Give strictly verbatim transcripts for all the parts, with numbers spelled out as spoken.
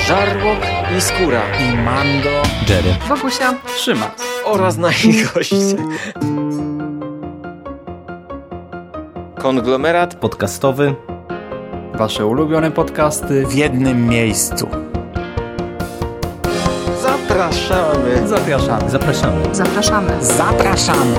Żarłok i Skóra i Mando, Jerry, Bogusia, Szymas oraz nasi goście. Konglomerat podcastowy. Wasze ulubione podcasty w jednym miejscu. Zapraszamy. Zapraszamy. Zapraszamy. zapraszamy. Zapraszamy.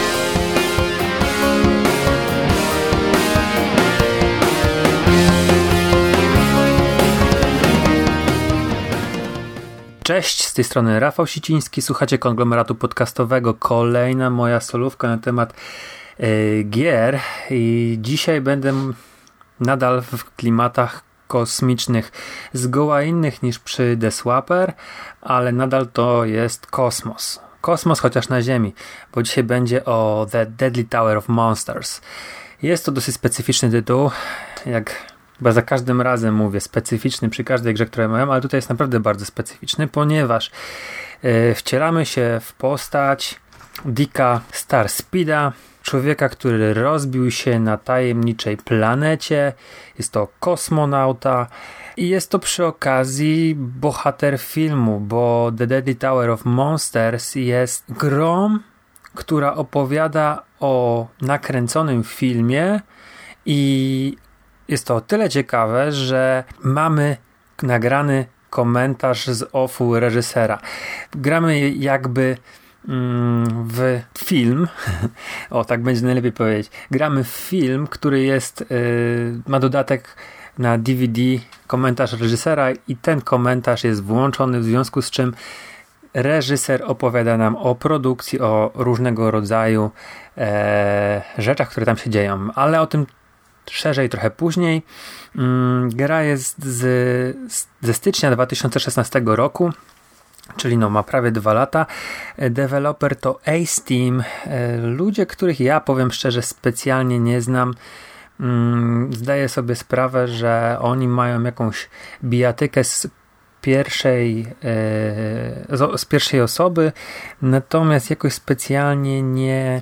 Cześć, z tej strony Rafał Siciński, słuchacie Konglomeratu Podcastowego. Kolejna moja solówka na temat yy, gier i dzisiaj będę nadal w klimatach kosmicznych, zgoła innych niż przy The Swapper, ale nadal to jest kosmos. Kosmos chociaż na Ziemi, bo dzisiaj będzie o The Deadly Tower of Monsters. Jest to dosyć specyficzny tytuł, jak chyba za każdym razem mówię, specyficzny przy każdej grze, którą miałem, ale tutaj jest naprawdę bardzo specyficzny, ponieważ yy, wcielamy się w postać Dicka Starspeeda, człowieka, który rozbił się na tajemniczej planecie. Jest to kosmonauta i jest to przy okazji bohater filmu, bo The Deadly Tower of Monsters jest grą, która opowiada o nakręconym filmie i jest to o tyle ciekawe, że mamy nagrany komentarz z offu reżysera. Gramy jakby w film, o tak będzie najlepiej powiedzieć, gramy w film, który jest, yy, ma dodatek na D V D, komentarz reżysera i ten komentarz jest włączony, w związku z czym reżyser opowiada nam o produkcji, o różnego rodzaju e, rzeczach, które tam się dzieją, ale o tym szerzej trochę później. Yy, gra jest z, ze stycznia dwa tysiące szesnastego roku, czyli no ma prawie dwa lata. Deweloper to Ace Team. Ludzie, których ja, powiem szczerze, specjalnie nie znam. Zdaję sobie sprawę, że oni mają jakąś bijatykę z pierwszej z pierwszej osoby, natomiast jakoś specjalnie nie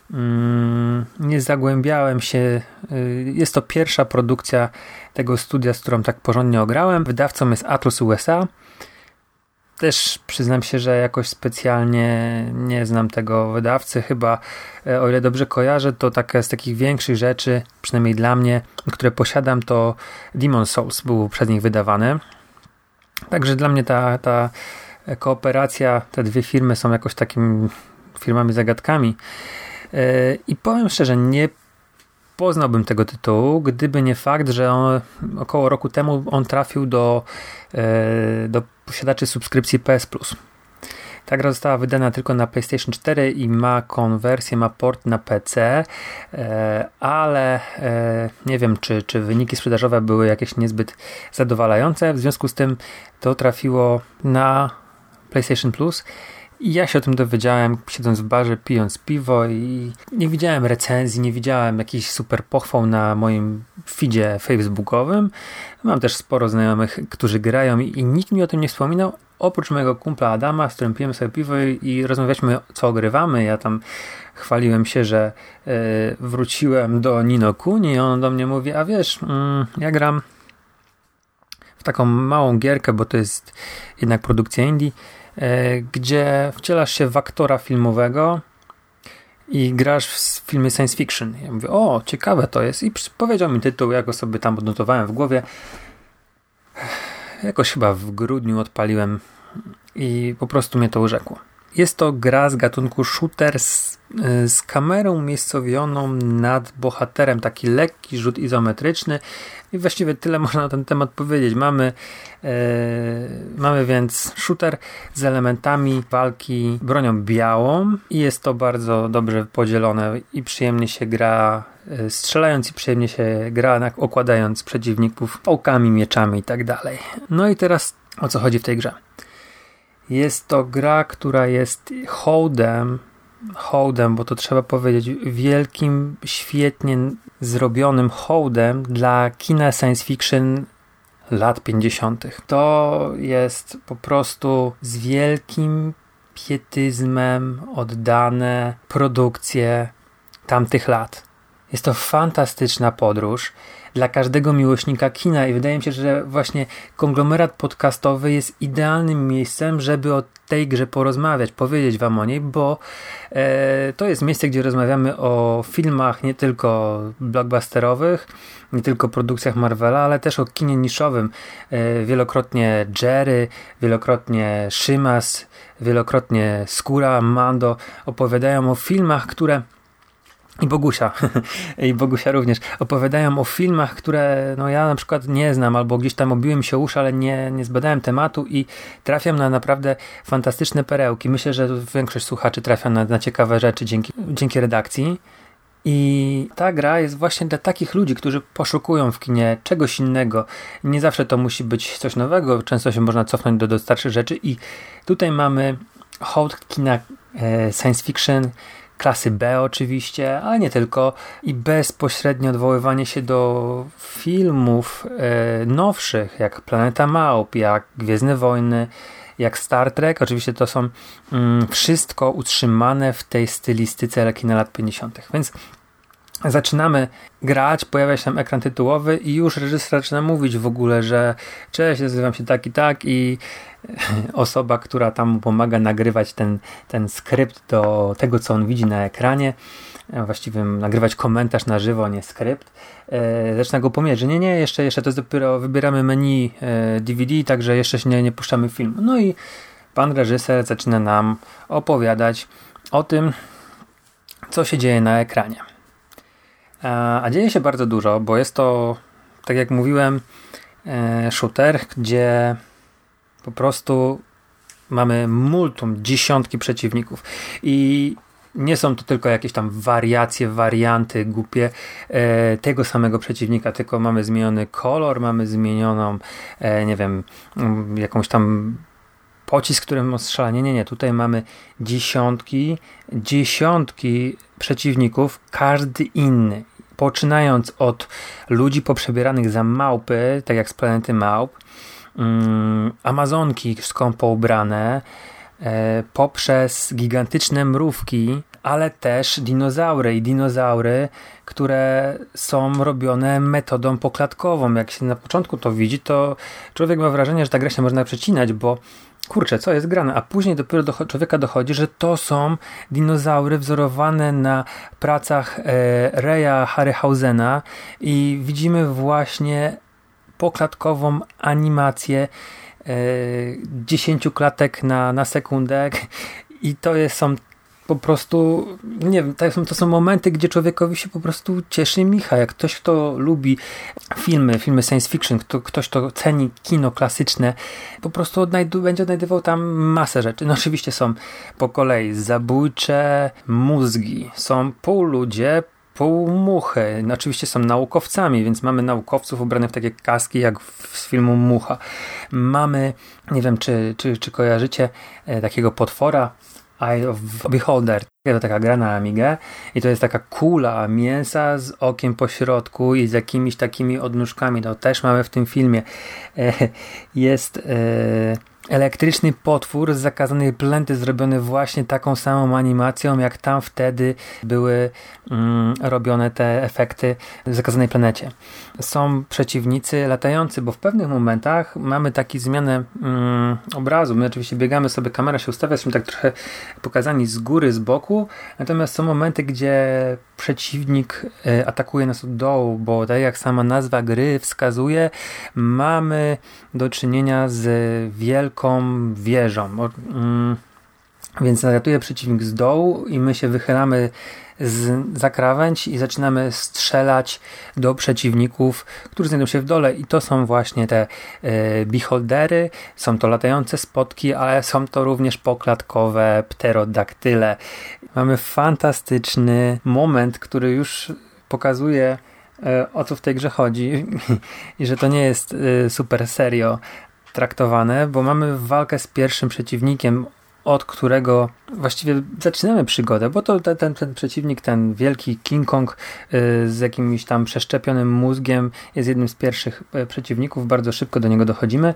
nie zagłębiałem się. Jest to pierwsza produkcja tego studia, z którą tak porządnie ograłem. Wydawcą jest Atlus U S A. Też przyznam się, że jakoś specjalnie nie znam tego wydawcy. Chyba, o ile dobrze kojarzę, to taka z takich większych rzeczy, przynajmniej dla mnie, które posiadam, to Demon's Souls był przez nich wydawany. Także dla mnie ta, ta kooperacja, te dwie firmy są jakoś takimi firmami zagadkami. I powiem szczerze, nie poznałbym tego tytułu, gdyby nie fakt, że on, około roku temu on trafił do, do posiadaczy subskrypcji P S Plus. Ta gra została wydana tylko na PlayStation cztery i ma konwersję, ma port na P C, ale nie wiem, czy, czy wyniki sprzedażowe były jakieś niezbyt zadowalające. W związku z tym to trafiło na PlayStation Plus. I ja się o tym dowiedziałem, siedząc w barze, pijąc piwo, i nie widziałem recenzji, nie widziałem jakichś super pochwał na moim feedzie facebookowym. Mam też sporo znajomych, którzy grają i, i nikt mi o tym nie wspominał, oprócz mojego kumpla Adama, z którym pijemy sobie piwo i, i rozmawialiśmy, co ogrywamy. Ja tam chwaliłem się, że y, wróciłem do Ni no Kuni i on do mnie mówi, a wiesz, mm, ja gram w taką małą gierkę, bo to jest jednak produkcja indie, gdzie wcielasz się w aktora filmowego i grasz w filmie science fiction. Ja mówię, o, ciekawe to jest. I powiedział mi tytuł, ja go sobie tam odnotowałem w głowie. Jakoś chyba w grudniu odpaliłem i po prostu mnie to urzekło. Jest to gra z gatunku shooter z, z kamerą umiejscowioną nad bohaterem. Taki lekki rzut izometryczny. I właściwie tyle można na ten temat powiedzieć. Mamy, e, mamy więc shooter z elementami walki bronią białą i jest to bardzo dobrze podzielone i przyjemnie się gra e, strzelając i przyjemnie się gra okładając przeciwników pałkami, mieczami i tak dalej. No i teraz o co chodzi w tej grze? Jest to gra, która jest hołdem, hołdem, bo to trzeba powiedzieć, wielkim, świetnie zrobionym hołdem dla kina science fiction lat pięćdziesiątych. To jest po prostu z wielkim pietyzmem oddane produkcje tamtych lat. Jest to fantastyczna podróż. dla każdego miłośnika kina i wydaje mi się, że właśnie konglomerat podcastowy jest idealnym miejscem, żeby o tej grze porozmawiać, powiedzieć wam o niej, bo e, to jest miejsce, gdzie rozmawiamy o filmach nie tylko blockbusterowych, nie tylko produkcjach Marvela, ale też o kinie niszowym. E, wielokrotnie Jerry, wielokrotnie Szymas, wielokrotnie Skóra, Mando opowiadają o filmach, które i Bogusia, i Bogusia również, opowiadają o filmach, które no ja na przykład nie znam, albo gdzieś tam obiłem się uszy, ale nie, nie zbadałem tematu i trafiam na naprawdę fantastyczne perełki. Myślę, że większość słuchaczy trafia na, na ciekawe rzeczy dzięki, dzięki redakcji. I ta gra jest właśnie dla takich ludzi, którzy poszukują w kinie czegoś innego. Nie zawsze to musi być coś nowego, często się można cofnąć do, do starszych rzeczy i tutaj mamy hołd kina e, science fiction, klasy B oczywiście, ale nie tylko i bezpośrednie odwoływanie się do filmów e, nowszych, jak Planeta Małp, jak Gwiezdne Wojny, jak Star Trek. Oczywiście to są mm, wszystko utrzymane w tej stylistyce kina lat pięćdziesiątych. Więc zaczynamy grać, pojawia się tam ekran tytułowy i już reżyser zaczyna mówić w ogóle, że cześć, nazywam się tak i tak i osoba, która tam mu pomaga nagrywać ten, ten skrypt do tego, co on widzi na ekranie, właściwie nagrywać komentarz na żywo, nie skrypt, e, zaczyna go pomijać, że nie, nie, jeszcze, jeszcze to jest dopiero, wybieramy menu e, D V D, także jeszcze się nie, nie puszczamy filmu. No i pan reżyser zaczyna nam opowiadać o tym, co się dzieje na ekranie. A, a dzieje się bardzo dużo, bo jest to, tak jak mówiłem, e, shooter, gdzie po prostu mamy multum, dziesiątki przeciwników i nie są to tylko jakieś tam wariacje, warianty głupie e, tego samego przeciwnika, tylko mamy zmieniony kolor, mamy zmienioną e, nie wiem, jakąś tam pocisk, którym ostrzela. Nie, nie, nie. Tutaj mamy dziesiątki, dziesiątki przeciwników, każdy inny. Poczynając od ludzi poprzebieranych za małpy, tak jak z Planety Małp, um, Amazonki skąpo ubrane, e, poprzez gigantyczne mrówki, ale też dinozaury i dinozaury, które są robione metodą poklatkową. Jak się na początku to widzi, to człowiek ma wrażenie, że ta gra się można przecinać, bo kurczę, co jest grane? A później dopiero do człowieka dochodzi, że to są dinozaury wzorowane na pracach e, Raya Harryhausena i widzimy właśnie poklatkową animację e, dziesięciu klatek na, na sekundę i to jest, są po prostu, nie wiem, to są, to są momenty, gdzie człowiekowi się po prostu cieszy micha. Jak ktoś, kto lubi filmy, filmy science fiction, kto, ktoś, kto ceni kino klasyczne, po prostu odnajdu, będzie odnajdywał tam masę rzeczy. No oczywiście są po kolei zabójcze mózgi, są pół ludzie, pół muchy. No, oczywiście są naukowcami, więc mamy naukowców ubranych w takie kaski, jak z filmu Mucha. Mamy, nie wiem, czy, czy, czy kojarzycie e, takiego potwora, Eye of Beholder. To taka gra na Amigę i to jest taka kula mięsa z okiem po środku i z jakimiś takimi odnóżkami. To też mamy w tym filmie. E, jest e, elektryczny potwór z zakazanej planety zrobiony właśnie taką samą animacją, jak tam wtedy były mm, robione te efekty w zakazanej planecie. Są przeciwnicy latający, bo w pewnych momentach mamy taki zmianę mm, obrazu. My oczywiście biegamy sobie, kamera się ustawia, jesteśmy tak trochę pokazani z góry, z boku, natomiast są momenty, gdzie przeciwnik y, atakuje nas od dołu, bo tak jak sama nazwa gry wskazuje, mamy do czynienia z wielką wieżą. O, mm, więc nalatuje przeciwnik z dołu i my się wychylamy z, za krawędź i zaczynamy strzelać do przeciwników, którzy znajdują się w dole i to są właśnie te e, beholdery, są to latające spotki, ale są to również poklatkowe pterodaktyle. Mamy fantastyczny moment, który już pokazuje e, o co w tej grze chodzi i że to nie jest e, super serio traktowane, bo mamy walkę z pierwszym przeciwnikiem, od którego właściwie zaczynamy przygodę, bo to ten, ten przeciwnik, ten wielki King Kong y, z jakimś tam przeszczepionym mózgiem jest jednym z pierwszych y, przeciwników, bardzo szybko do niego dochodzimy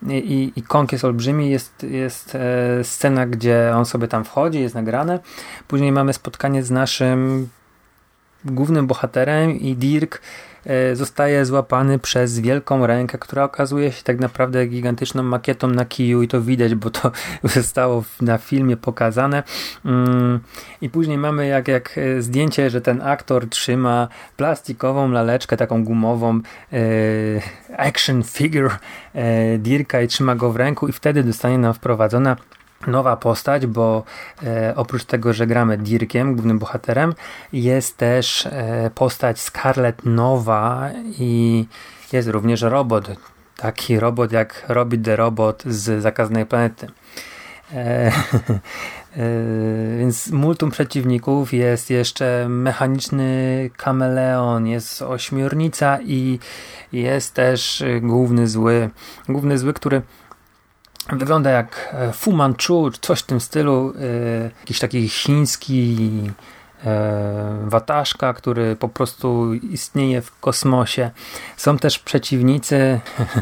i, i Kong jest olbrzymi, jest, jest y, scena, gdzie on sobie tam wchodzi, jest nagrane, później mamy spotkanie z naszym głównym bohaterem i Dirk zostaje złapany przez wielką rękę, która okazuje się tak naprawdę gigantyczną makietą na kiju i to widać, bo to zostało na filmie pokazane. I później mamy jak, jak zdjęcie, że ten aktor trzyma plastikową laleczkę, taką gumową action figure Dirka i trzyma go w ręku i wtedy zostanie nam wprowadzona nowa postać, bo e, oprócz tego, że gramy Dirkiem, głównym bohaterem, jest też e, postać Scarlet Nova i jest również robot. Taki robot jak Robot the Robot z Zakazanej Planety. E, e, więc multum przeciwników, jest jeszcze mechaniczny kameleon, jest ośmiornica i jest też główny zły. Główny zły, który wygląda jak Fu Manchu, coś w tym stylu, yy, jakiś taki chiński yy, wataszka, który po prostu istnieje w kosmosie. Są też przeciwnicy,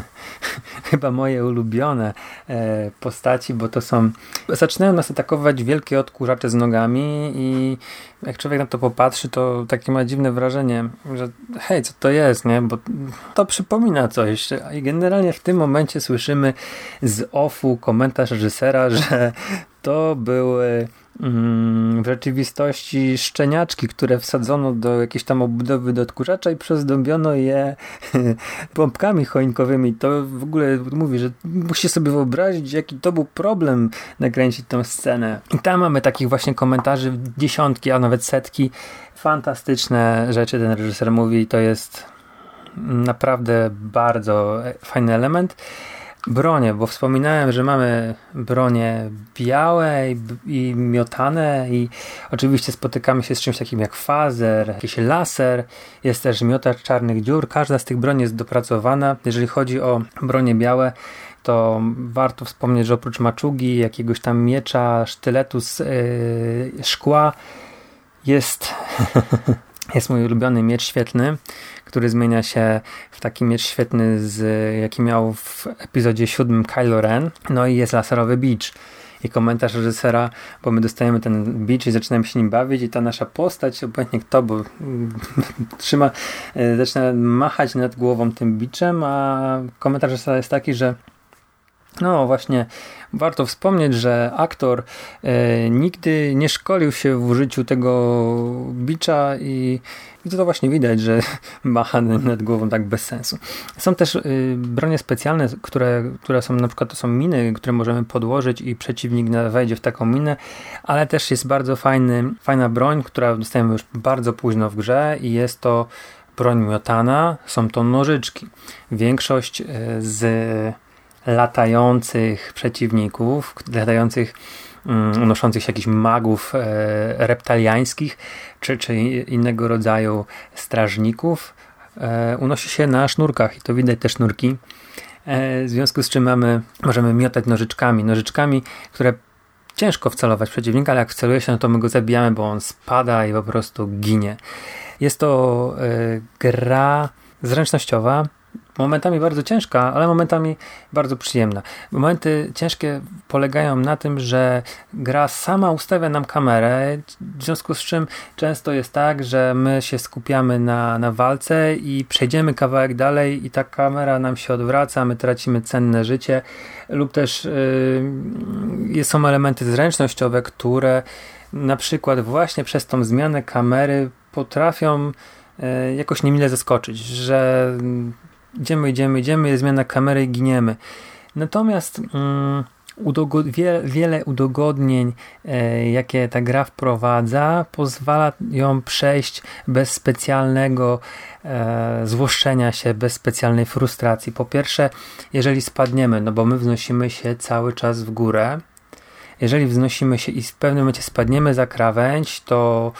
chyba moje ulubione yy, postaci, bo to są, zaczynają nas atakować wielkie odkurzacze z nogami i jak człowiek na to popatrzy, to takie ma dziwne wrażenie, że hej, co to jest, nie? Bo to przypomina coś. I generalnie w tym momencie słyszymy z offu komentarz reżysera, że to były mm, w rzeczywistości szczeniaczki, które wsadzono do jakiejś tam obudowy do odkurzacza i przezdobiono je pompkami choinkowymi. To w ogóle mówi, że musicie sobie wyobrazić, jaki to był problem nakręcić tę scenę. I tam mamy takich właśnie komentarzy dziesiątki, a nawet setki. Fantastyczne rzeczy ten reżyser mówi. To jest naprawdę bardzo fajny element. Bronie, bo wspominałem, że mamy bronie białe i, i miotane i oczywiście spotykamy się z czymś takim jak fazer, jakiś laser, jest też miotacz czarnych dziur. Każda z tych broni jest dopracowana. Jeżeli chodzi o bronie białe, to warto wspomnieć, że oprócz maczugi, jakiegoś tam miecza, sztyletu z yy, szkła jest jest mój ulubiony miecz świetlny, który zmienia się w taki miecz świetny, z, jaki miał w epizodzie siódmym Kylo Ren. No i jest laserowy bicz. I komentarz reżysera, bo my dostajemy ten bicz i zaczynamy się nim bawić i ta nasza postać, obojętnie kto, bo trzyma, zaczyna machać nad głową tym biczem, a komentarz reżysera jest taki, że no właśnie, warto wspomnieć, że aktor e, nigdy nie szkolił się w użyciu tego bicza i, i to właśnie widać, że macha nad głową tak bez sensu. Są też y, bronie specjalne, które, które są na przykład to są miny, które możemy podłożyć i przeciwnik wejdzie w taką minę, ale też jest bardzo fajny, fajna broń, która dostajemy już bardzo późno w grze i jest to broń miotana, są to nożyczki. Większość y, z latających przeciwników, latających, um, unoszących się jakichś magów e, reptaliańskich, czy, czy innego rodzaju strażników, e, unosi się na sznurkach i to widać te sznurki. E, w związku z czym mamy, możemy miotać nożyczkami, nożyczkami, które ciężko wcelować w przeciwnika, ale jak wceluje się, no to my go zabijamy, bo on spada i po prostu ginie. Jest to e, gra zręcznościowa, momentami bardzo ciężka, ale momentami bardzo przyjemna. Momenty ciężkie polegają na tym, że gra sama ustawia nam kamerę, w związku z czym często jest tak, że my się skupiamy na, na walce i przejdziemy kawałek dalej i ta kamera nam się odwraca, my tracimy cenne życie lub też yy, są elementy zręcznościowe, które na przykład właśnie przez tą zmianę kamery potrafią yy, jakoś niemile zaskoczyć, że idziemy, idziemy, idziemy, jest zmiana kamery i giniemy. Natomiast um, udogo- wie- wiele udogodnień, e, jakie ta gra wprowadza, pozwala ją przejść bez specjalnego e, złoszczenia się, bez specjalnej frustracji. Po pierwsze, jeżeli spadniemy, no bo my wznosimy się cały czas w górę, jeżeli wznosimy się i w pewnym momencie spadniemy za krawędź, to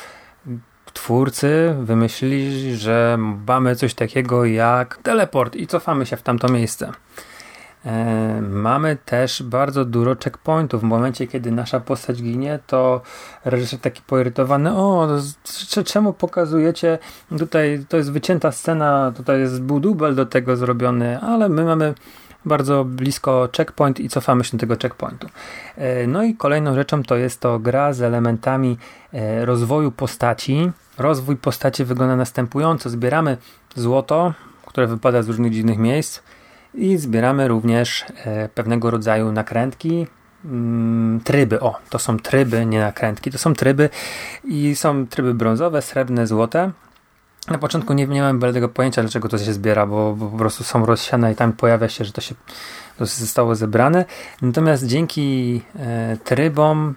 twórcy wymyślili, że mamy coś takiego jak teleport i cofamy się w tamto miejsce. E, mamy też bardzo dużo checkpointów. W momencie, kiedy nasza postać ginie, to reżyser taki poirytowany, o, to, czemu pokazujecie tutaj, to jest wycięta scena, tutaj jest był dubel do tego zrobiony, ale my mamy bardzo blisko checkpoint i cofamy się do tego checkpointu. No i kolejną rzeczą to jest to gra z elementami rozwoju postaci, rozwój postaci wygląda następująco. Zbieramy złoto, które wypada z różnych dziwnych miejsc i zbieramy również e, pewnego rodzaju nakrętki, mm, tryby. O, to są tryby, nie nakrętki, to są tryby i są tryby brązowe, srebrne, złote. Na początku nie, nie miałem bladego pojęcia, dlaczego to się zbiera, bo, bo po prostu są rozsiane i tam pojawia się, że to się to zostało zebrane. Natomiast dzięki e, trybom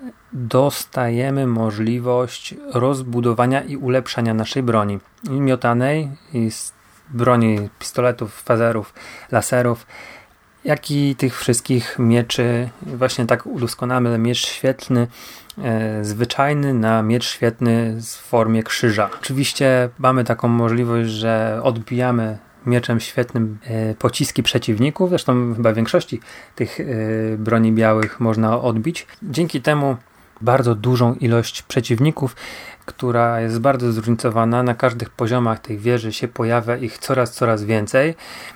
dostajemy możliwość rozbudowania i ulepszania naszej broni. I miotanej, i z broni, pistoletów, fazerów, laserów, jak i tych wszystkich mieczy. Właśnie tak udoskonalamy miecz świetlny, e, zwyczajny na miecz świetny w formie krzyża. Oczywiście mamy taką możliwość, że odbijamy mieczem świetnym e, pociski przeciwników. Zresztą chyba w większości tych e, broni białych można odbić. Dzięki temu bardzo dużą ilość przeciwników, która jest bardzo zróżnicowana. Na każdych poziomach tej wieży się pojawia ich coraz, coraz więcej.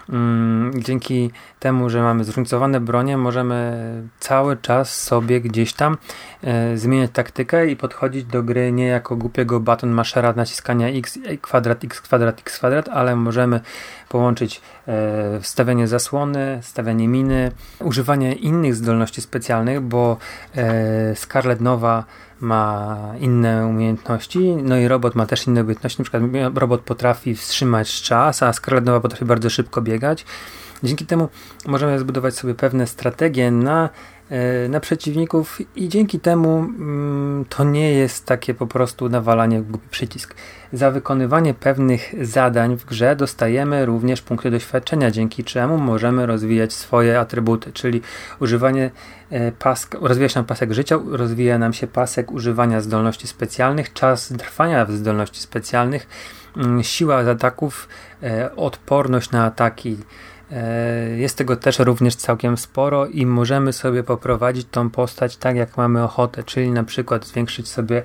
Dzięki temu, że mamy zróżnicowane bronie, możemy cały czas sobie gdzieś tam e, zmieniać taktykę i podchodzić do gry nie jako głupiego button mashera naciskania x, kwadrat, x, kwadrat, x, kwadrat, ale możemy połączyć e, stawianie zasłony, stawianie miny, używanie innych zdolności specjalnych, bo e, Scarlet Nova ma inne umiejętności, no i robot ma też inne umiejętności. Na przykład robot potrafi wstrzymać czas, a Scarlet Nova potrafi bardzo szybko biegać. Dzięki temu możemy zbudować sobie pewne strategie na, na przeciwników i dzięki temu mm, to nie jest takie po prostu nawalanie w głupi przycisk. Za wykonywanie pewnych zadań w grze dostajemy również punkty doświadczenia, dzięki czemu możemy rozwijać swoje atrybuty, czyli używanie pask, rozwija się nam pasek życia, rozwija nam się pasek używania zdolności specjalnych, czas trwania w zdolności specjalnych, siła ataków, odporność na ataki. Jest tego też również całkiem sporo i możemy sobie poprowadzić tą postać tak, jak mamy ochotę, czyli na przykład zwiększyć sobie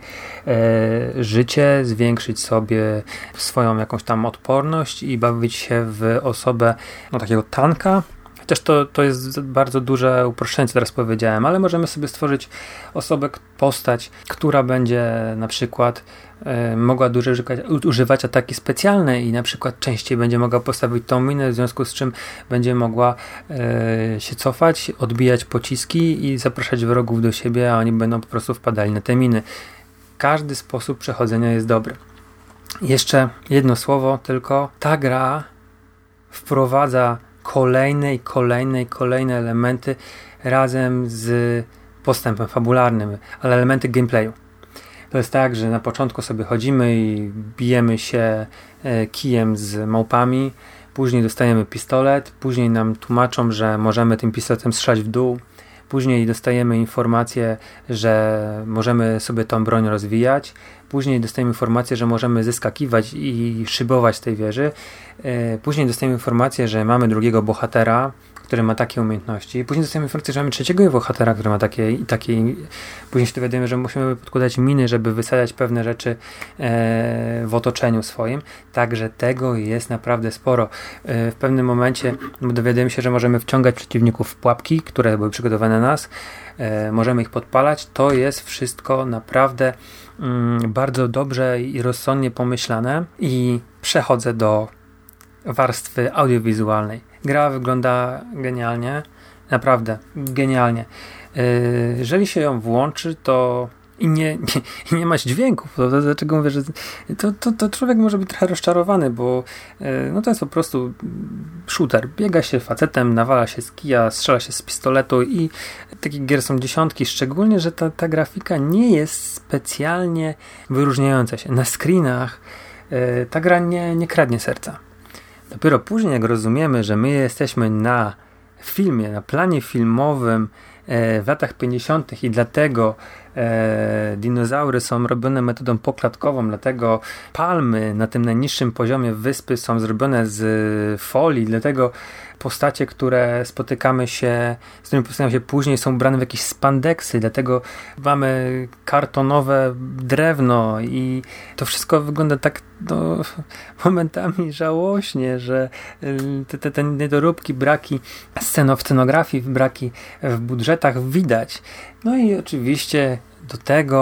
e, życie, zwiększyć sobie swoją jakąś tam odporność i bawić się w osobę no, takiego tanka. Chociaż to, to jest bardzo duże uproszczenie, co teraz powiedziałem, ale możemy sobie stworzyć osobę, postać, która będzie na przykład e, mogła dużo używać, używać ataki specjalne i na przykład częściej będzie mogła postawić tą minę, w związku z czym będzie mogła e, się cofać, odbijać pociski i zapraszać wrogów do siebie, a oni będą po prostu wpadali na te miny. Każdy sposób przechodzenia jest dobry. Jeszcze jedno słowo tylko. Ta gra wprowadza kolejne i kolejne i kolejne elementy razem z postępem fabularnym, ale elementy gameplayu. To jest tak, że na początku sobie chodzimy i bijemy się kijem z małpami, później dostajemy pistolet, później nam tłumaczą, że możemy tym pistoletem strzelać w dół, później dostajemy informację, że możemy sobie tą broń rozwijać, później dostajemy informację, że możemy zeskakiwać i szybować z tej wieży, później dostajemy informację, że mamy drugiego bohatera, który ma takie umiejętności, później dostajemy informację, że mamy trzeciego bohatera, który ma takie i takie, później się dowiadujemy, że musimy podkładać miny, żeby wysadzać pewne rzeczy w otoczeniu swoim, także tego jest naprawdę sporo. W pewnym momencie dowiadujemy się, że możemy wciągać przeciwników w pułapki, które były przygotowane na nas, możemy ich podpalać, to jest wszystko naprawdę mm, bardzo dobrze i rozsądnie pomyślane i przechodzę do warstwy audiowizualnej. Gra wygląda genialnie, naprawdę genialnie. Jeżeli się ją włączy, to i nie, nie, nie ma dźwięków, to, to dlaczego mówię, że to, to, to człowiek może być trochę rozczarowany, bo no to jest po prostu shooter. Biega się facetem, nawala się z kija, strzela się z pistoletu i takich gier są dziesiątki, szczególnie, że ta, ta grafika nie jest specjalnie wyróżniająca się. Na screenach ta gra nie, nie kradnie serca. Dopiero później, jak rozumiemy, że my jesteśmy na filmie, na planie filmowym w latach pięćdziesiątych i dlatego e, dinozaury są robione metodą poklatkową, dlatego palmy na tym najniższym poziomie wyspy są zrobione z folii, dlatego postacie, które spotykamy się, z którymi spotykamy się później, są ubrane w jakieś spandeksy, dlatego mamy kartonowe drewno i to wszystko wygląda tak no, momentami żałośnie, że te, te, te niedoróbki, braki sceno, w scenografii, braki w budżetach widać. No i oczywiście do tego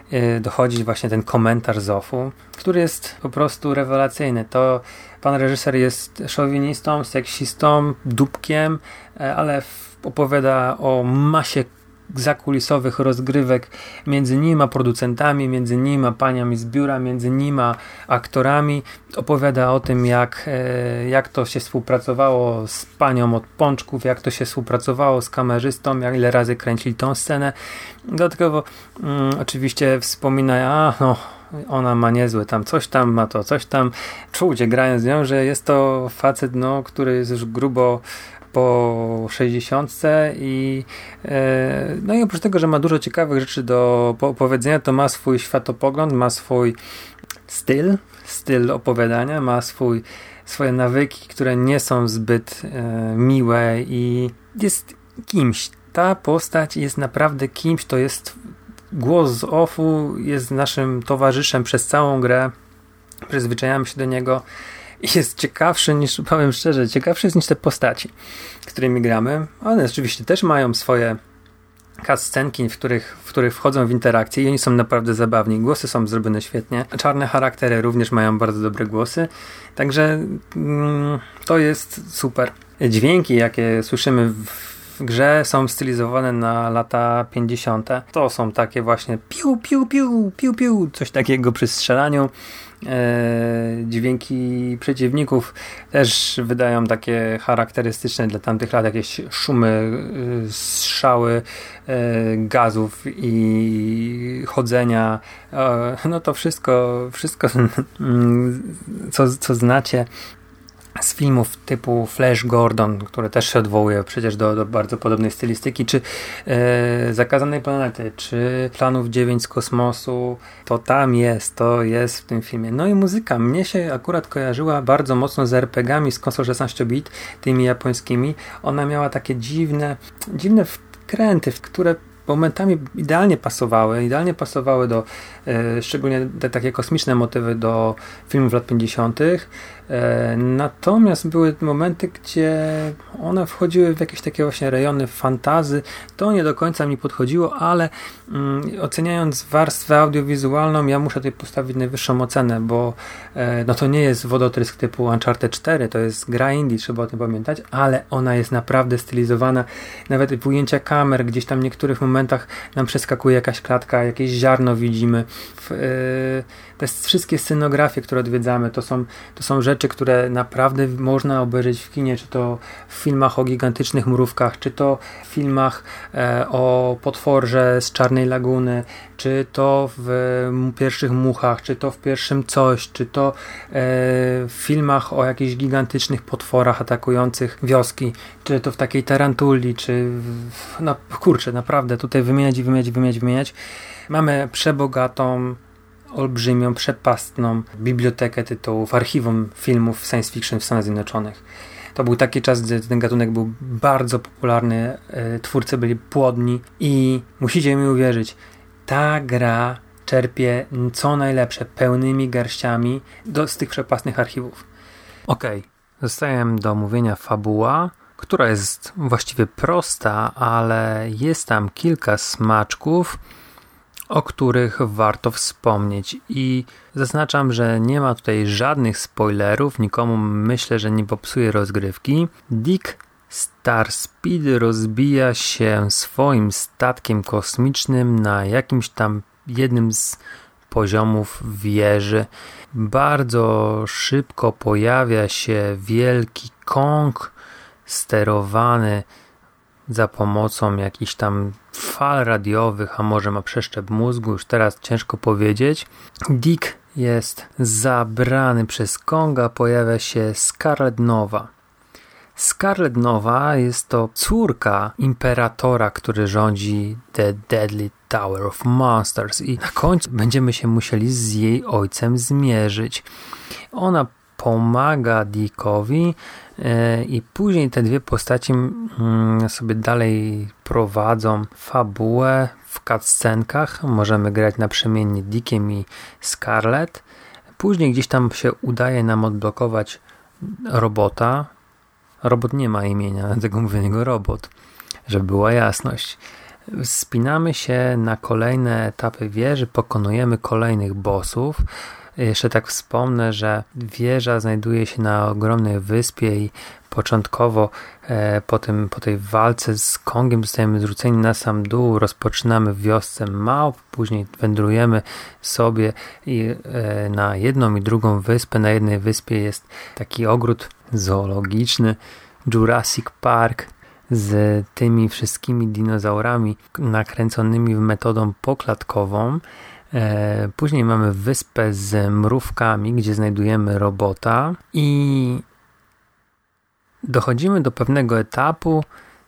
dochodzi właśnie ten komentarz z offu, który jest po prostu rewelacyjny. To pan reżyser jest szowinistą, seksistą, dupkiem, ale opowiada o masie zakulisowych rozgrywek między nim a producentami, między nim a paniami z biura, między nim a aktorami. Opowiada o tym, jak, jak to się współpracowało z panią od pączków, jak to się współpracowało z kamerzystą, jak ile razy kręcili tą scenę. Dodatkowo mm, oczywiście wspomina, a no ona ma niezłe tam coś tam, ma to coś tam. Czucie grając z nią, że jest to facet, no, który jest już grubo po sześćdziesiątce i e, no i oprócz tego, że ma dużo ciekawych rzeczy do opowiedzenia, to ma swój światopogląd, ma swój styl, styl opowiadania, ma swój, swoje nawyki, które nie są zbyt e, miłe i jest kimś. Ta postać jest naprawdę kimś, to jest głos z offu, jest naszym towarzyszem przez całą grę, przyzwyczajamy się do niego. Jest ciekawszy niż, powiem szczerze, ciekawszy jest niż te postaci, z którymi gramy. One oczywiście też mają swoje cutscenki, w których, w których wchodzą w interakcję i oni są naprawdę zabawni. Głosy są zrobione świetnie. Czarne charaktery również mają bardzo dobre głosy. Także mm, to jest super. Dźwięki, jakie słyszymy w w grze, są stylizowane na lata pięćdziesiąte. To są takie właśnie piu, piu, piu, piu, piu, coś takiego przy strzelaniu. E, dźwięki przeciwników też wydają takie charakterystyczne dla tamtych lat, jakieś szumy, e, strzały e, gazów i chodzenia. E, no to wszystko, wszystko co, co znacie z filmów typu Flash Gordon, które też się odwołuje przecież do, do bardzo podobnej stylistyki, czy e, Zakazanej Planety, czy Planów dziewięć z kosmosu, to tam jest, to jest w tym filmie. No i muzyka mnie się akurat kojarzyła bardzo mocno z er pe gami z konsol szesnaście bit, tymi japońskimi. Ona miała takie dziwne, dziwne wkręty, w które momentami idealnie pasowały, idealnie pasowały do, e, szczególnie te takie kosmiczne motywy do filmów lat pięćdziesiątych. E, natomiast były momenty, gdzie one wchodziły w jakieś takie właśnie rejony fantazy. To nie do końca mi podchodziło, ale mm, oceniając warstwę audiowizualną, ja muszę tutaj postawić najwyższą ocenę, bo e, no to nie jest wodotrysk typu Uncharted cztery, to jest gra indie, trzeba o tym pamiętać, ale ona jest naprawdę stylizowana. Nawet ujęcia kamer, gdzieś tam w niektórych momentach nam przeskakuje jakaś klatka, jakieś ziarno widzimy. W, e, te wszystkie scenografie, które odwiedzamy, to są, to są rzeczy, które naprawdę można obejrzeć w kinie, czy to w filmach o gigantycznych mrówkach, czy to w filmach e, o potworze z Czarnej Laguny, czy to w m, pierwszych muchach, czy to w pierwszym coś, czy to e, w filmach o jakichś gigantycznych potworach atakujących wioski, czy to w takiej Tarantuli, czy w, no kurczę, naprawdę tutaj wymieniać i wymieniać, wymieniać, wymieniać. Mamy przebogatą, olbrzymią, przepastną bibliotekę tytułów, archiwum filmów science fiction w Stanach Zjednoczonych. To był taki czas, gdy ten gatunek był bardzo popularny, e, twórcy byli płodni i musicie mi uwierzyć, ta gra czerpie co najlepsze pełnymi garściami do, z tych przepastnych archiwów. Okej, okay. Zostaje do omówienia fabuła, która jest właściwie prosta, ale jest tam kilka smaczków, o których warto wspomnieć i zaznaczam, że nie ma tutaj żadnych spoilerów, nikomu myślę, że nie popsuje rozgrywki. Dick Starspeed rozbija się swoim statkiem kosmicznym na jakimś tam jednym z poziomów wieży. Bardzo szybko pojawia się wielki Kong sterowany za pomocą jakichś tam fal radiowych, a może ma przeszczep mózgu, już teraz ciężko powiedzieć. Dick jest zabrany przez Konga, pojawia się Scarlet Nova. Scarlet Nova jest to córka imperatora, który rządzi The Deadly Tower of Monsters i na końcu będziemy się musieli z jej ojcem zmierzyć. Ona pomaga Dickowi yy, i później te dwie postaci yy, sobie dalej prowadzą fabułę w cutscenkach. Możemy grać naprzemiennie Dickiem i Scarlet. Później gdzieś tam się udaje nam odblokować robota. Robot nie ma imienia, dlatego mówię niego robot, żeby była jasność. Wspinamy się na kolejne etapy wieży, pokonujemy kolejnych bossów. Jeszcze tak wspomnę, że wieża znajduje się na ogromnej wyspie i początkowo e, po, tym, po tej walce z Kongiem zostajemy zrzuceni na sam dół, rozpoczynamy w wiosce małp, później wędrujemy sobie i, e, na jedną i drugą wyspę. Na jednej wyspie jest taki ogród zoologiczny, Jurassic Park, z tymi wszystkimi dinozaurami nakręconymi metodą poklatkową. Później mamy wyspę z mrówkami, gdzie znajdujemy robota i dochodzimy do pewnego etapu.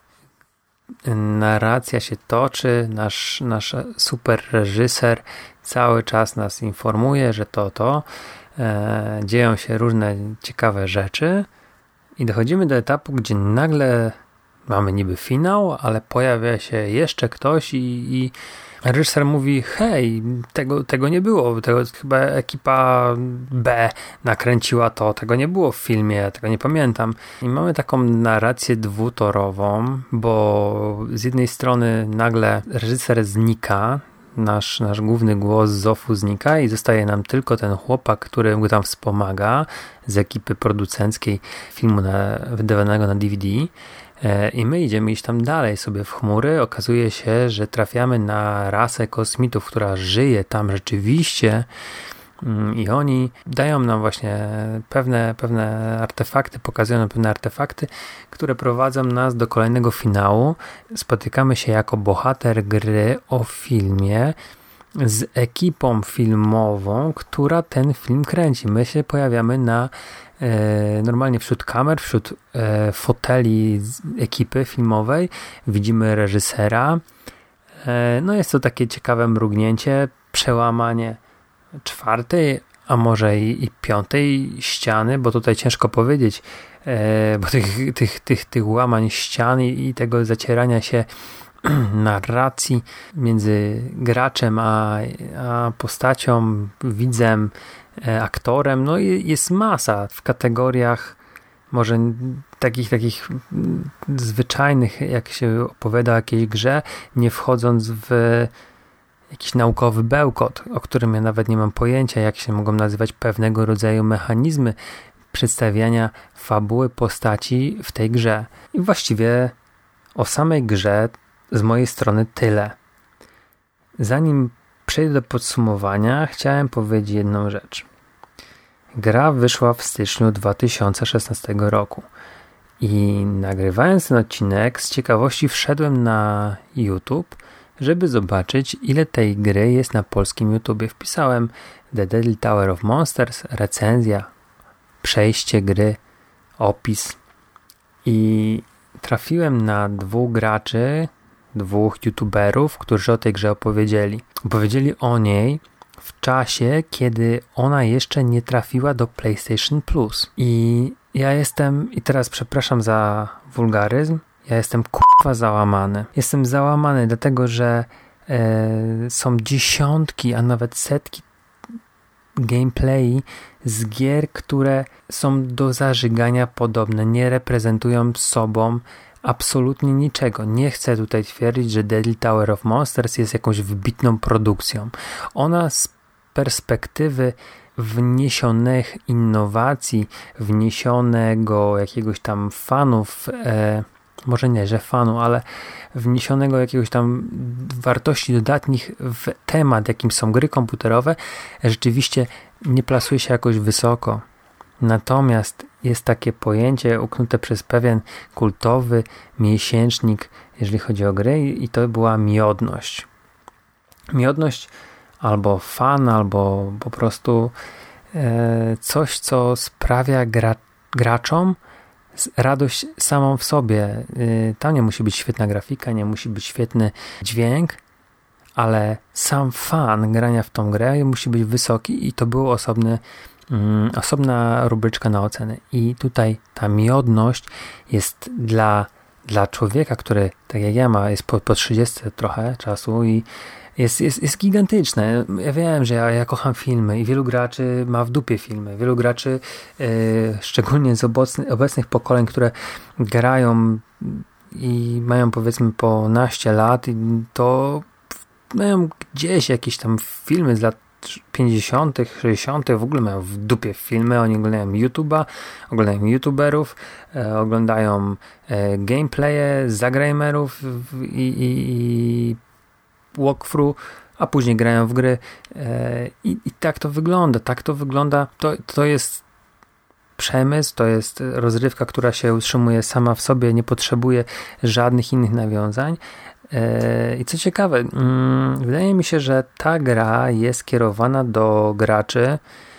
Narracja się toczy, nasz, nasz super reżyser cały czas nas informuje, że to, to e, dzieją się różne ciekawe rzeczy i dochodzimy do etapu, gdzie nagle mamy niby finał, ale pojawia się jeszcze ktoś i, i reżyser mówi, hej, tego, tego nie było, tego chyba ekipa B nakręciła to, tego nie było w filmie, tego nie pamiętam. I mamy taką narrację dwutorową, bo z jednej strony nagle reżyser znika, nasz, nasz główny głos z Zofu znika i zostaje nam tylko ten chłopak, który go tam wspomaga z ekipy producenckiej filmu na, wydawanego na D V D. I my idziemy iść tam dalej sobie w chmury. Okazuje się, że trafiamy na rasę kosmitów, która żyje tam rzeczywiście i oni dają nam właśnie pewne, pewne artefakty, pokazują nam pewne artefakty, które prowadzą nas do kolejnego finału. Spotykamy się jako bohater gry o filmie z ekipą filmową, która ten film kręci. My się pojawiamy na e, normalnie wśród kamer, wśród e, foteli ekipy filmowej. Widzimy reżysera. E, no jest to takie ciekawe mrugnięcie, przełamanie czwartej, a może i, i piątej ściany, bo tutaj ciężko powiedzieć, e, bo tych, tych, tych, tych łamań ścian i, i tego zacierania się narracji między graczem a, a postacią, widzem, e, aktorem, no i jest masa w kategoriach może takich takich zwyczajnych, jak się opowiada o jakiejś grze, nie wchodząc w jakiś naukowy bełkot, o którym ja nawet nie mam pojęcia, jak się mogą nazywać pewnego rodzaju mechanizmy przedstawiania fabuły postaci w tej grze. I właściwie o samej grze z mojej strony tyle. Zanim przejdę do podsumowania, chciałem powiedzieć jedną rzecz. Gra wyszła w styczniu dwa tysiące szesnastego roku i nagrywając ten odcinek z ciekawości wszedłem na YouTube, żeby zobaczyć, ile tej gry jest na polskim YouTubie. Wpisałem The Deadly Tower of Monsters, recenzja, przejście gry, opis i trafiłem na dwóch graczy, dwóch youtuberów, którzy o tej grze opowiedzieli. Opowiedzieli o niej w czasie, kiedy ona jeszcze nie trafiła do PlayStation Plus. I ja jestem, i teraz przepraszam za wulgaryzm, ja jestem kurwa załamany. Jestem załamany dlatego, że e, są dziesiątki, a nawet setki gameplay z gier, które są do zażygania podobne, nie reprezentują sobą absolutnie niczego. Nie chcę tutaj twierdzić, że Deadly Tower of Monsters jest jakąś wybitną produkcją. Ona z perspektywy wniesionych innowacji, wniesionego jakiegoś tam fanów, e, może nie, że fanu, ale wniesionego jakiegoś tam wartości dodatnich w temat, jakim są gry komputerowe, rzeczywiście nie plasuje się jakoś wysoko. Natomiast jest takie pojęcie uknute przez pewien kultowy miesięcznik, jeżeli chodzi o gry, i to była miodność. Miodność albo fan, albo po prostu e, coś, co sprawia gra, graczom radość samą w sobie. E, tam nie musi być świetna grafika, nie musi być świetny dźwięk, ale sam fan grania w tą grę musi być wysoki i to było osobny Mm, osobna rubryczka na ocenę. I tutaj ta miodność jest dla, dla człowieka, który, tak jak ja ma, jest po, po trzydziestce trochę czasu i jest, jest, jest gigantyczne. Ja wiem, że ja, ja kocham filmy i wielu graczy ma w dupie filmy. Wielu graczy, yy, szczególnie z obecny, obecnych pokoleń, które grają i mają powiedzmy po naście lat i to mają gdzieś jakieś tam filmy z lat pięćdziesiątych, sześćdziesiątych, w ogóle mają w dupie filmy, oni oglądają YouTube'a, oglądają YouTuberów, e, oglądają e, gameplaye zagramerów i, i, i walkthrough, a później grają w gry e, i, i tak to wygląda, tak to wygląda, to, to jest przemysł, to jest rozrywka, która się utrzymuje sama w sobie, nie potrzebuje żadnych innych nawiązań. I co ciekawe, wydaje mi się, że ta gra jest kierowana do graczy,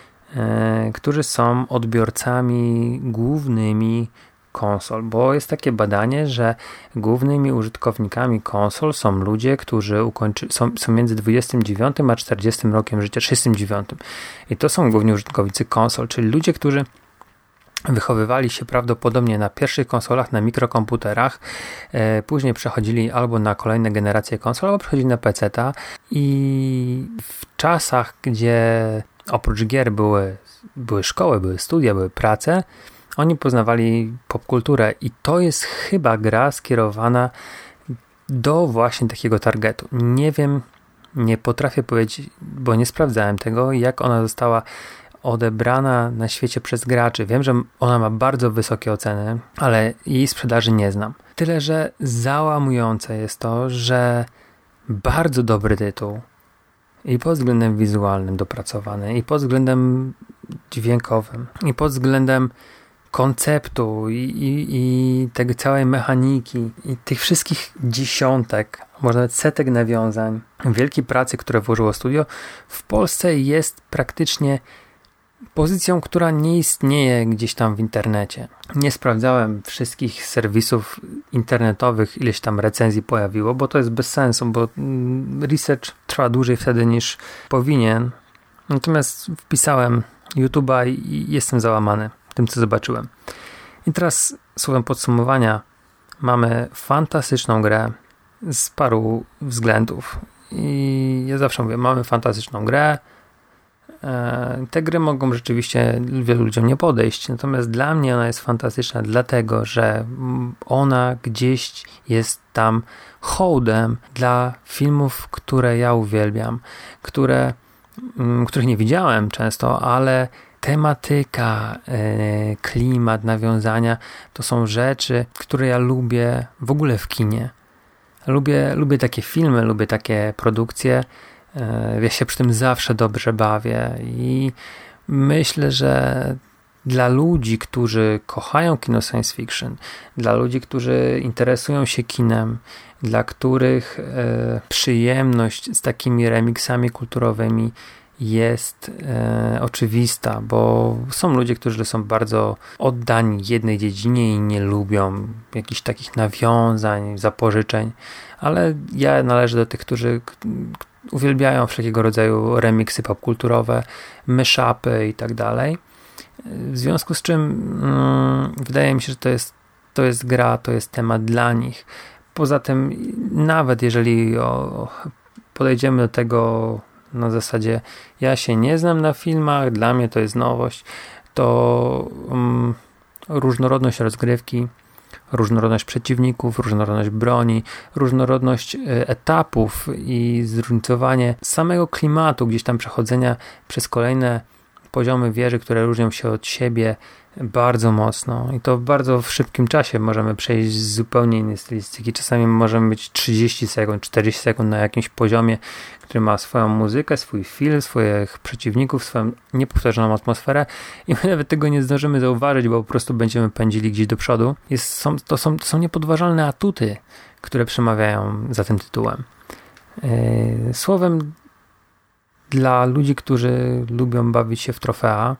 którzy są odbiorcami głównymi konsol, bo jest takie badanie, że głównymi użytkownikami konsol są ludzie, którzy ukończy, są, są między dwudziestym dziewiątym a czterdziestym rokiem życia, trzydziestym dziewiątym. I to są główni użytkownicy konsol, czyli ludzie, którzy wychowywali się prawdopodobnie na pierwszych konsolach, na mikrokomputerach, e, później przechodzili albo na kolejne generacje konsol, albo przechodzili na peceta i w czasach, gdzie oprócz gier były, były szkoły, były studia, były prace, oni poznawali popkulturę i to jest chyba gra skierowana do właśnie takiego targetu. Nie wiem, nie potrafię powiedzieć, bo nie sprawdzałem tego, jak ona została odebrana na świecie przez graczy. Wiem, że ona ma bardzo wysokie oceny, ale jej sprzedaży nie znam. Tyle, że załamujące jest to, że bardzo dobry tytuł i pod względem wizualnym dopracowany, i pod względem dźwiękowym, i pod względem konceptu i, i, i tej całej mechaniki i tych wszystkich dziesiątek, może nawet setek nawiązań, wielkiej pracy, które włożyło studio, w Polsce jest praktycznie pozycją, która nie istnieje gdzieś tam w internecie. Nie sprawdzałem wszystkich serwisów internetowych, ileś tam recenzji pojawiło, bo to jest bez sensu, bo research trwa dłużej wtedy niż powinien. Natomiast wpisałem YouTube'a i jestem załamany tym, co zobaczyłem. I teraz słowem podsumowania mamy fantastyczną grę z paru względów. I ja zawsze mówię, mamy fantastyczną grę. Te gry mogą rzeczywiście wielu ludziom nie podejść, natomiast dla mnie ona jest fantastyczna, dlatego że ona gdzieś jest tam hołdem dla filmów, które ja uwielbiam, które, których nie widziałem często, ale tematyka, klimat, nawiązania to są rzeczy, które ja lubię w ogóle w kinie. Lubię, lubię takie filmy, lubię takie produkcje. Ja się przy tym zawsze dobrze bawię i myślę, że dla ludzi, którzy kochają kino science fiction, dla ludzi, którzy interesują się kinem, dla których e, przyjemność z takimi remixami kulturowymi jest e, oczywista, bo są ludzie, którzy są bardzo oddani jednej dziedzinie i nie lubią jakichś takich nawiązań, zapożyczeń, ale ja należę do tych, którzy uwielbiają wszelkiego rodzaju remiksy popkulturowe, mashupy i tak dalej. W związku z czym mm, wydaje mi się, że to jest, to jest gra, to jest temat dla nich. Poza tym, nawet jeżeli o, podejdziemy do tego na zasadzie ja się nie znam na filmach, dla mnie to jest nowość, to um, różnorodność rozgrywki, różnorodność przeciwników, różnorodność broni, różnorodność etapów i zróżnicowanie samego klimatu, gdzieś tam przechodzenia przez kolejne poziomy wieży, które różnią się od siebie bardzo mocno i to w bardzo w szybkim czasie możemy przejść z zupełnie innej stylistyki. Czasami możemy być trzydzieści sekund, czterdzieści sekund na jakimś poziomie, który ma swoją muzykę, swój film, swoich przeciwników, swoją niepowtarzaną atmosferę i my nawet tego nie zdążymy zauważyć, bo po prostu będziemy pędzili gdzieś do przodu. Jest, są, to, są, to są niepodważalne atuty, które przemawiają za tym tytułem. Yy, słowem, dla ludzi, którzy lubią bawić się w trofea,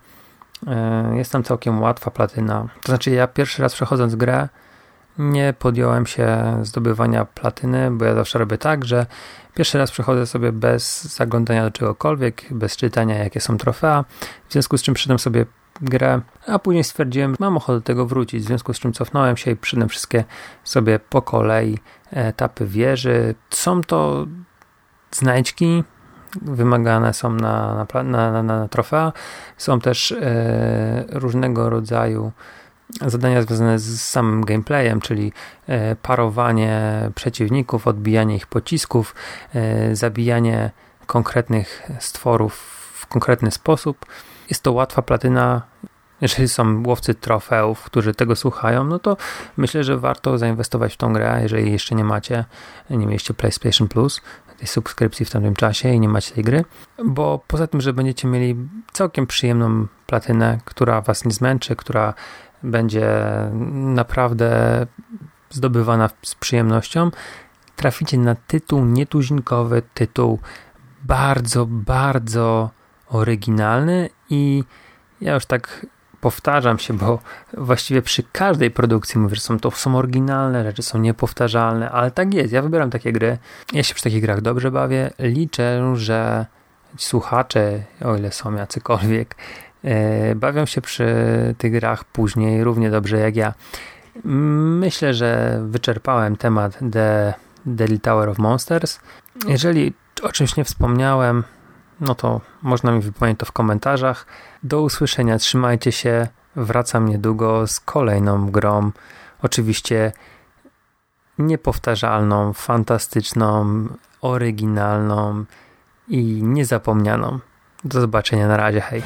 jest tam całkiem łatwa platyna. To znaczy ja pierwszy raz przechodząc grę nie podjąłem się zdobywania platyny, bo ja zawsze robię tak, że pierwszy raz przechodzę sobie bez zaglądania do czegokolwiek, bez czytania jakie są trofea, w związku z czym przyszedłem sobie grę, a później stwierdziłem, mam ochotę do tego wrócić, w związku z czym cofnąłem się i przyszedłem wszystkie sobie po kolei etapy wieży. Są to znajdźki, wymagane są na, na, na, na, na trofea. Są też e, różnego rodzaju zadania związane z samym gameplayem, czyli parowanie przeciwników, odbijanie ich pocisków, zabijanie konkretnych stworów w konkretny sposób. Jest to łatwa platyna. Jeżeli są łowcy trofeów, którzy tego słuchają, no to myślę, że warto zainwestować w tą grę, jeżeli jeszcze nie macie, nie mieliście PlayStation Plus, tej subskrypcji w tamtym czasie i nie macie tej gry, bo poza tym, że będziecie mieli całkiem przyjemną platynę, która was nie zmęczy, która będzie naprawdę zdobywana z przyjemnością, traficie na tytuł nietuzinkowy, tytuł bardzo, bardzo oryginalny i ja już tak powtarzam się, bo właściwie przy każdej produkcji mówię, że są to są oryginalne rzeczy, są niepowtarzalne, ale tak jest, ja wybieram takie gry, ja się przy takich grach dobrze bawię, liczę, że słuchacze, o ile są jacykolwiek, yy, bawią się przy tych grach później równie dobrze jak ja. Myślę, że wyczerpałem temat The Deadly Tower of Monsters. Jeżeli o czymś nie wspomniałem, no to można mi wypomnieć to w komentarzach. Do usłyszenia, trzymajcie się, wracam niedługo z kolejną grą, oczywiście niepowtarzalną, fantastyczną, oryginalną i niezapomnianą. Do zobaczenia, na razie, hej.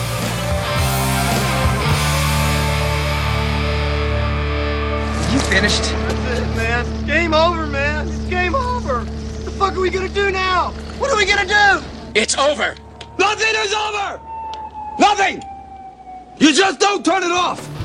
You finished? That's it, man. Game over, man. It's game over. What the fuck are we gonna do now? What are we gonna do? It's over! Nothing is over! Nothing! You just don't turn it off!